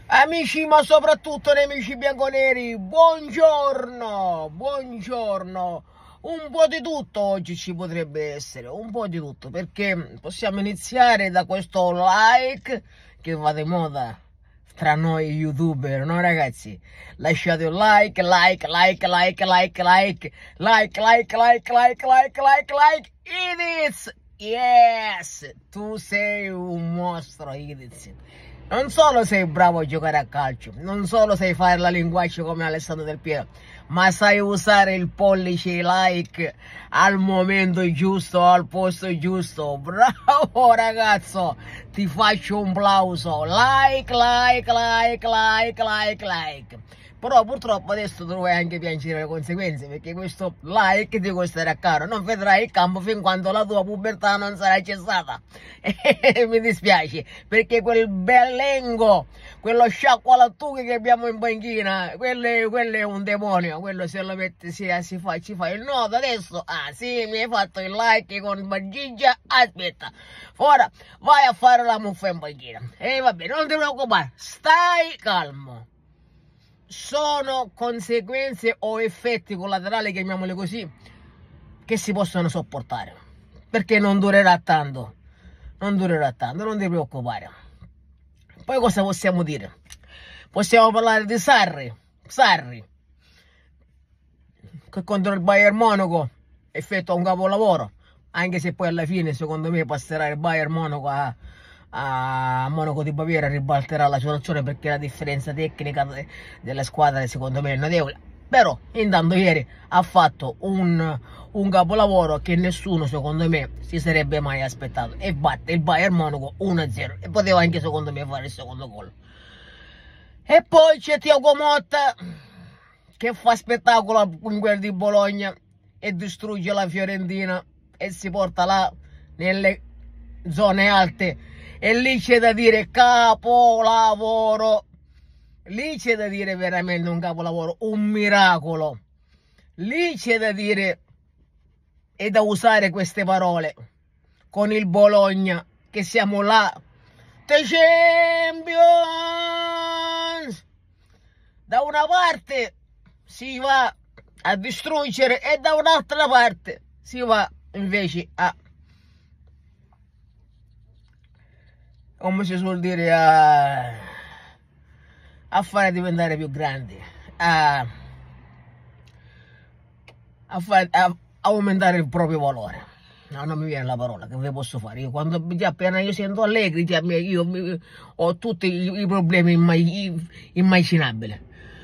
Amici, ma soprattutto nemici bianconeri, buongiorno, buongiorno. Un po' di tutto oggi ci potrebbe essere, un po' di tutto, perché possiamo iniziare da questo like che va di moda tra noi youtuber, no ragazzi? Lasciate un like, like, like, like, like, like, like, like, like, like, like, like, like, Idiz! Yes! Tu sei un mostro, Idiz. Non solo sei bravo a giocare a calcio, non solo sai fare la linguaccia come Alessandro Del Piero, ma sai usare il pollice like al momento giusto, al posto giusto. Bravo ragazzo, ti faccio un plauso. Like, like, like, like, like, like. Però purtroppo adesso dovrai anche piangere le conseguenze, perché questo like ti costerà caro. Non vedrai il campo fin quando la tua pubertà non sarà cessata. E mi dispiace, perché quel bellengo, quello sciacqualattughe che abbiamo in banchina, quello è un demonio. Quello se lo metti ci fa il nodo adesso. Ah sì, mi hai fatto il like con Bagigia. Aspetta, ora vai a fare la muffa in banchina. E va bene, non ti preoccupare, stai calmo. Sono conseguenze o effetti collaterali, chiamiamoli così, che si possono sopportare, perché non durerà tanto, non ti preoccupare. Poi cosa possiamo dire? Possiamo parlare di Sarri, che contro il Bayern Monaco effettua un capolavoro, anche se poi alla fine secondo me passerà il Bayern Monaco a Monaco di Baviera, ribalterà la situazione, perché la differenza tecnica delle squadre secondo me è notevole. Però intanto ieri ha fatto un capolavoro che nessuno secondo me si sarebbe mai aspettato, e batte il Bayern Monaco 1-0, e poteva anche secondo me fare il secondo gol. E poi c'è Thiago Motta che fa spettacolo con quel di Bologna e distrugge la Fiorentina e si porta là nelle zone alte, e lì c'è da dire capolavoro, lì c'è da dire veramente un capolavoro, un miracolo, lì c'è da dire e da usare queste parole con il Bologna, che siamo là, The Champions. Da una parte si va a distruggere e da un'altra parte si va invece come si suol dire, a fare diventare più grandi, a aumentare il proprio valore. No, non mi viene la parola, che vi posso fare? Io quando appena io sento allegri, io ho tutti i problemi immaginabili.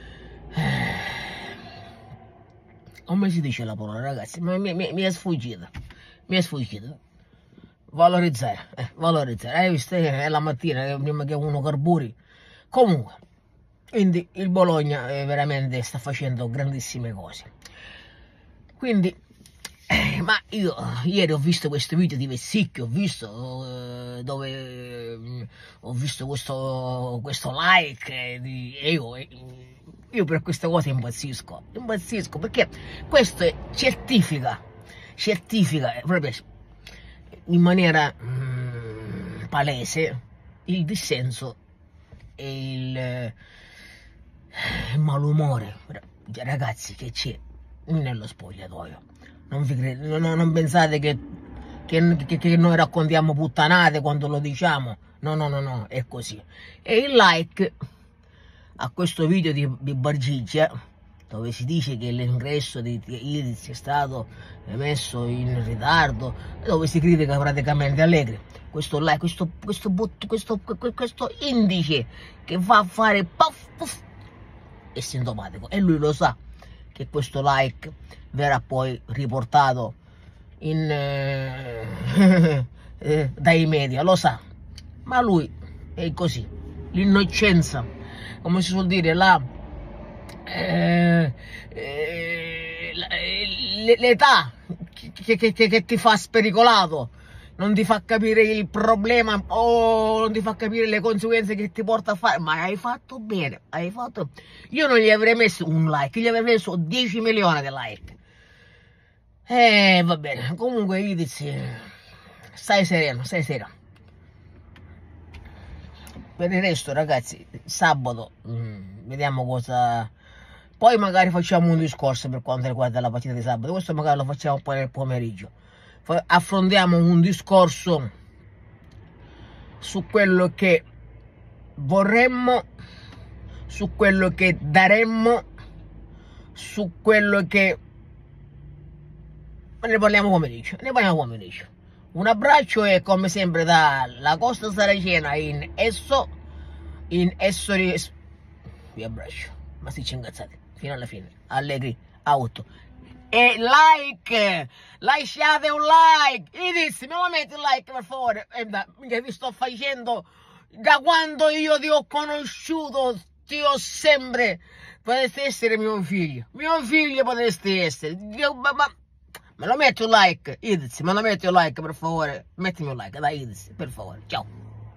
Come si dice la parola, ragazzi? Mi è sfuggita. Mi è sfuggita. Valorizzare. Hai visto? È la mattina, prima che uno carburi. Comunque, quindi il Bologna veramente sta facendo grandissime cose. Quindi, ma io ieri ho visto questo video di Vessicchio, dove ho visto questo like, e io per queste cose impazzisco, perché questo certifica proprio in maniera palese il dissenso e il malumore, ragazzi, che c'è nello spogliatoio. Non pensate che noi raccontiamo puttanate quando lo diciamo. No, è così. E il like a questo video di Bargigia, dove si dice che l'ingresso di Idiz è stato messo in ritardo, dove si critica praticamente Allegri, questo like, questo indice che va a fare puff, puff, è sintomatico, e lui lo sa che questo like verrà poi riportato dai media, lo sa, ma lui è così. L'innocenza, come si suol dire, l'età che ti fa spericolato, non ti fa capire il problema o non ti fa capire le conseguenze che ti porta a fare. Ma hai fatto bene, io non gli avrei messo un like, gli avrei messo 10 milioni di like. Va bene, comunque Idiz, stai sereno, per il resto, ragazzi, sabato vediamo cosa. Poi magari facciamo un discorso per quanto riguarda la partita di sabato. Questo magari lo facciamo poi nel pomeriggio. Affrontiamo un discorso su quello che vorremmo, su quello che daremmo, su quello che ne parliamo pomeriggio. Un abbraccio e come sempre dalla Costa Saracena in esso vi abbraccio, ma si ci incazzate fino alla fine, allegri auto. E lasciate un like, Idis, me lo metti il like per favore, mica vi sto facendo da quando io ti ho conosciuto, ti ho sempre, potreste essere mio figlio potreste essere, me lo metti un like, Idis, me lo metti un like per favore, mettimi un like, dai Idis, per favore, ciao.